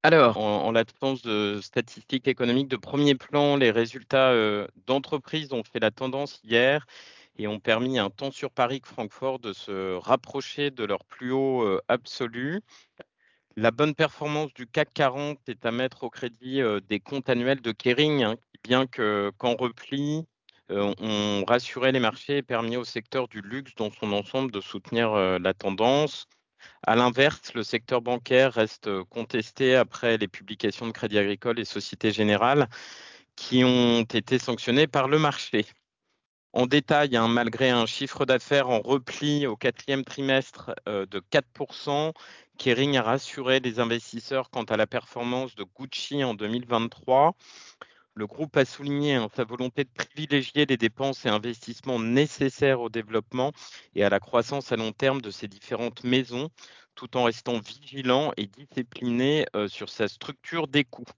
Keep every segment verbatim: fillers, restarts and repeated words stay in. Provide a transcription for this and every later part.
Alors, en en l'absence de statistiques économiques de premier plan, les résultats, heu, d'entreprises ont fait la tendance hier et ont permis à un temps sur Paris-Francfort de se rapprocher de leur plus haut, heu, absolu. La bonne performance du CAC quarante est à mettre au crédit, heu, des comptes annuels de Kering, hein, qui bien que qu'en repli, heu, ont rassuré les marchés et permis au secteur du luxe dans son ensemble de soutenir, heu, la tendance. À l'inverse, le secteur bancaire reste euh, contesté après les publications de Crédit Agricole et Société Générale qui ont été sanctionnées par le marché. En détail, hein, malgré un chiffre d'affaires en repli au quatrième trimestre euh, de quatre pour cent, Kering a rassuré les investisseurs quant à la performance de Gucci en deux mille vingt-trois. Le groupe a souligné, hein, sa volonté de privilégier les dépenses et investissements nécessaires au développement et à la croissance à long terme de ses différentes maisons, tout en restant vigilant et discipliné euh, sur sa structure des coûts.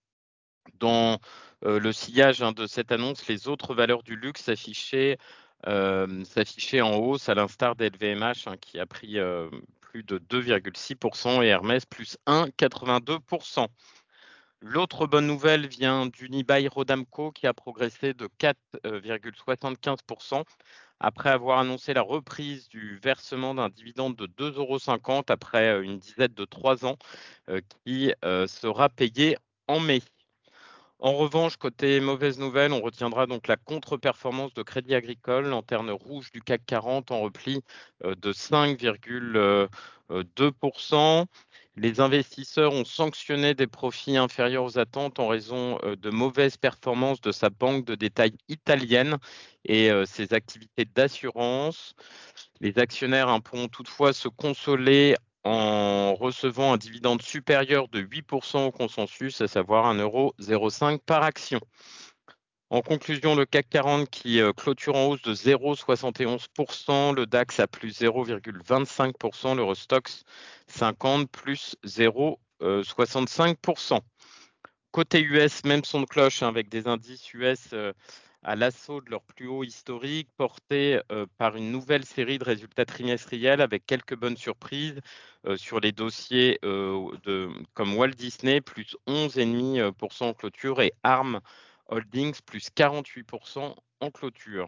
Dans euh, le sillage, hein, de cette annonce, les autres valeurs du luxe s'affichaient euh, s'affichaient en hausse, à l'instar d'L V M H, hein, qui a pris euh, plus de deux virgule six pour cent et Hermès plus un virgule quatre-vingt-deux pour cent. L'autre bonne nouvelle vient d'Unibail-Rodamco qui a progressé de quatre virgule soixante-quinze pour cent après avoir annoncé la reprise du versement d'un dividende de deux euros cinquante après euh, une dizaine de trois ans euh, qui euh, sera payé en mai. En revanche, côté mauvaise nouvelle, on retiendra donc la contre-performance de Crédit Agricole, lanterne rouge du CAC quarante en repli euh, de cinq virgule deux pour cent. Les investisseurs ont sanctionné des profits inférieurs aux attentes en raison euh, de mauvaises performances de sa banque de détail italienne et euh, ses activités d'assurance. Les actionnaires, hein, pourront toutefois se consoler en recevant un dividende supérieur de huit pour cent au consensus, à savoir un euro zéro cinq par action. En conclusion, le CAC quarante qui euh, clôture en hausse de zéro virgule soixante et onze pour cent, le DAX à plus zéro virgule vingt-cinq pour cent, l'Eurostoxx cinquante plus zéro virgule soixante-cinq pour cent. Côté U S, même son de cloche, hein, avec des indices U S euh, à l'assaut de leur plus haut historique, portés euh, par une nouvelle série de résultats trimestriels avec quelques bonnes surprises euh, sur les dossiers euh, de, comme Walt Disney, plus onze virgule cinq pour cent en clôture, et Arm Holdings, plus quarante-huit pour cent en clôture.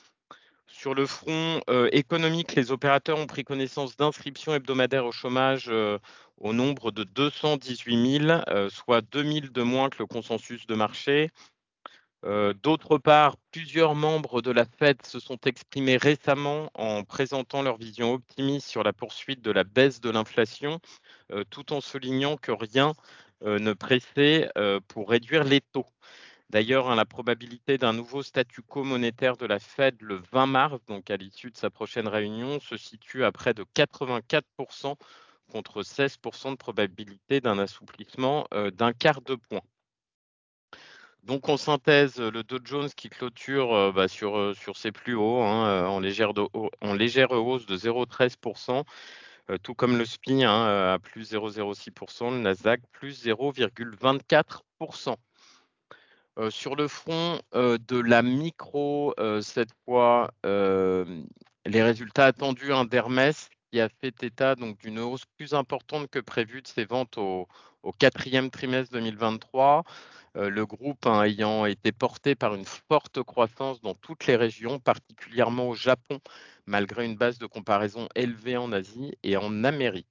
Sur le front euh, économique, les opérateurs ont pris connaissance d'inscriptions hebdomadaires au chômage euh, au nombre de deux cent dix-huit mille, euh, soit deux mille de moins que le consensus de marché. Euh, D'autre part, plusieurs membres de la Fed se sont exprimés récemment en présentant leur vision optimiste sur la poursuite de la baisse de l'inflation, euh, tout en soulignant que rien euh, ne pressait euh, pour réduire les taux. D'ailleurs, hein, la probabilité d'un nouveau statu quo monétaire de la Fed le vingt mars, donc à l'issue de sa prochaine réunion, se situe à près de quatre-vingt-quatre pour cent contre seize pour cent de probabilité d'un assouplissement euh, d'un quart de point. Donc en synthèse, le Dow Jones qui clôture euh, bah, sur, euh, sur ses plus hauts, hein, euh, en, légère de- en légère hausse de zéro virgule treize pour cent, euh, tout comme le S P I, hein, euh, à plus zéro virgule zéro six pour cent, le Nasdaq plus zéro virgule vingt-quatre pour cent. Euh, sur le front euh, de la micro, euh, cette fois, euh, les résultats attendus, hein, d'Hermès qui a fait état donc d'une hausse plus importante que prévue de ses ventes au, au quatrième trimestre deux mille vingt-trois. Euh, le groupe, hein, ayant été porté par une forte croissance dans toutes les régions, particulièrement au Japon, malgré une base de comparaison élevée en Asie et en Amérique.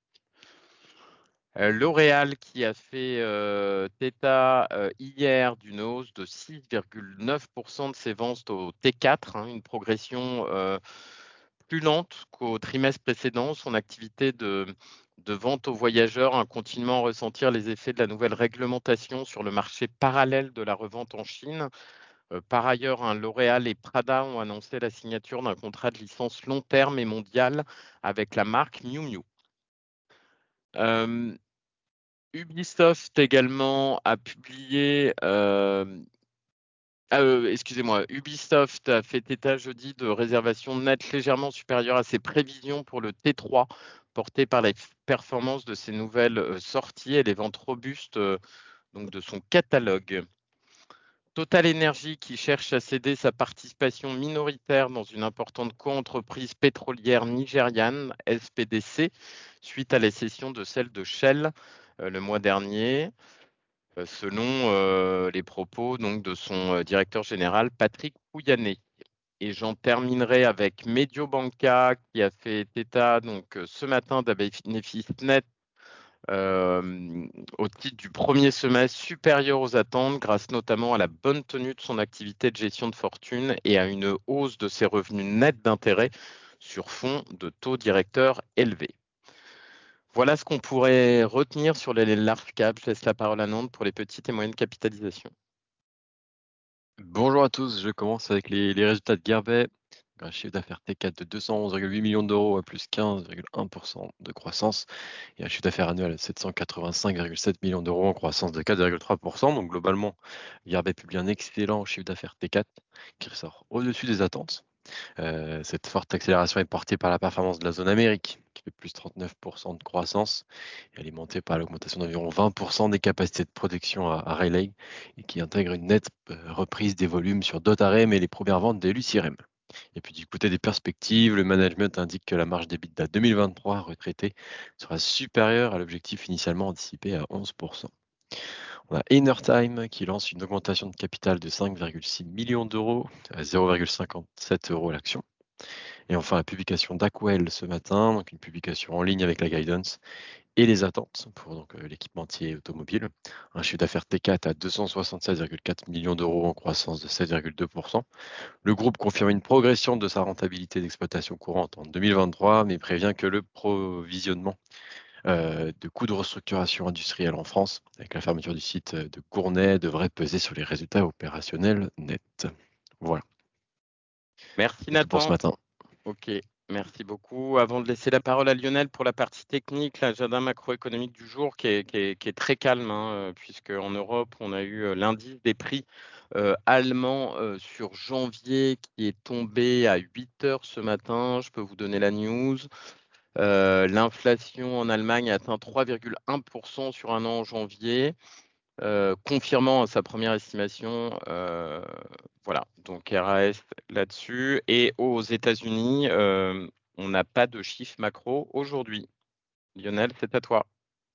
Euh, L'Oréal qui a fait euh, état euh, hier d'une hausse de six virgule neuf pour cent de ses ventes au T quatre, hein, une progression euh, plus lente qu'au trimestre précédent. Son activité de, de vente aux voyageurs, a continuellement à ressentir les effets de la nouvelle réglementation sur le marché parallèle de la revente en Chine. Euh, par ailleurs, hein, L'Oréal et Prada ont annoncé la signature d'un contrat de licence long terme et mondial avec la marque Miu Miu. Euh, Ubisoft également a publié, euh, ah, euh, excusez-moi, Ubisoft a fait état jeudi de réservations nettes légèrement supérieures à ses prévisions pour le T trois, portées par les performances de ses nouvelles euh, sorties et les ventes robustes euh, donc de son catalogue. Total Energy qui cherche à céder sa participation minoritaire dans une importante coentreprise pétrolière nigériane, S P D C, suite à la cession de celle de Shell, euh, le mois dernier, euh, selon euh, les propos donc, de son euh, directeur général, Patrick Pouyanné. Et j'en terminerai avec Mediobanca qui a fait état donc, euh, ce matin d'un bénéfice net euh, au titre du premier semestre supérieur aux attentes, grâce notamment à la bonne tenue de son activité de gestion de fortune et à une hausse de ses revenus nets d'intérêt sur fond de taux directeurs élevés. Voilà ce qu'on pourrait retenir sur les large caps. Je laisse la parole à Nantes pour les petites et moyennes capitalisations. Bonjour à tous, je commence avec les, les résultats de Guerbet. Un chiffre d'affaires T quatre de deux cent onze virgule huit millions d'euros à plus quinze virgule un pour cent de croissance et un chiffre d'affaires annuel de sept cent quatre-vingt-cinq virgule sept millions d'euros en croissance de quatre virgule trois pour cent. Donc globalement, Guerbet publie un excellent chiffre d'affaires T quatre qui ressort au-dessus des attentes. Euh, cette forte accélération est portée par la performance de la zone Amérique, qui fait plus trente-neuf pour cent de croissance, et alimentée par l'augmentation d'environ vingt pour cent des capacités de production à, à Rayleigh, et qui intègre une nette euh, reprise des volumes sur Dotarem et les premières ventes des Lucirem. Et puis du côté des perspectives, le management indique que la marge d'EBITDA deux mille vingt-trois retraitée sera supérieure à l'objectif initialement anticipé à onze pour cent. On a Enertime qui lance une augmentation de capital de cinq virgule six millions d'euros à zéro virgule cinquante-sept euros l'action. Et enfin, la publication d'Acwell ce matin, donc une publication en ligne avec la guidance et les attentes pour donc, euh, l'équipementier automobile. Un chiffre d'affaires T quatre à deux cent soixante-sept virgule quatre millions d'euros en croissance de sept virgule deux pour cent. Le groupe confirme une progression de sa rentabilité d'exploitation courante en deux mille vingt-trois, mais prévient que le provisionnement euh, de coûts de restructuration industrielle en France, avec la fermeture du site de Cournay, devrait peser sur les résultats opérationnels nets. Voilà, Merci c'est tout pour ce Nathan. matin. Ok, merci beaucoup. Avant de laisser la parole à Lionel pour la partie technique, l'agenda macroéconomique du jour qui est, qui est- qui est très calme, hein, euh, puisque en Europe, on a eu euh, l'indice des prix euh, allemand euh, sur janvier qui est tombé à huit heures ce matin. Je peux vous donner la news. Euh, l'inflation en Allemagne a atteint trois virgule un pour cent sur un an en janvier, euh, confirmant sa première estimation. Euh, voilà, donc R A S là-dessus. Et aux États-Unis, euh, on n'a pas de chiffre macro aujourd'hui. Lionel, c'est à toi.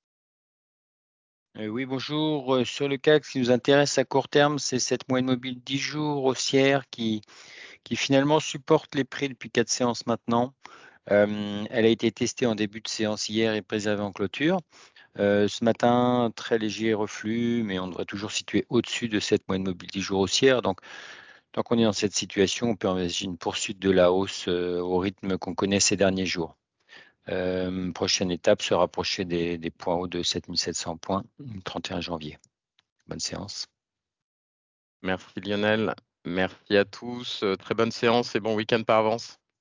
Euh, oui, bonjour. Euh, Sur le C A C, ce qui nous intéresse à court terme, c'est cette moyenne mobile dix jours haussière qui, qui finalement supporte les prix depuis quatre séances maintenant. Euh, elle a été testée en début de séance hier et préservée en clôture. Euh, ce matin, très léger reflux, mais on devrait toujours situer au-dessus de cette moyenne mobile dix jours haussière. Donc, tant qu'on est dans cette situation, on peut envisager une poursuite de la hausse euh, au rythme qu'on connaît ces derniers jours. Euh, prochaine étape, se rapprocher des, des points hauts de sept mille sept cents points, le trente et un janvier. Bonne séance. Merci Lionel. Merci à tous. Euh, Très bonne séance et bon week-end par avance.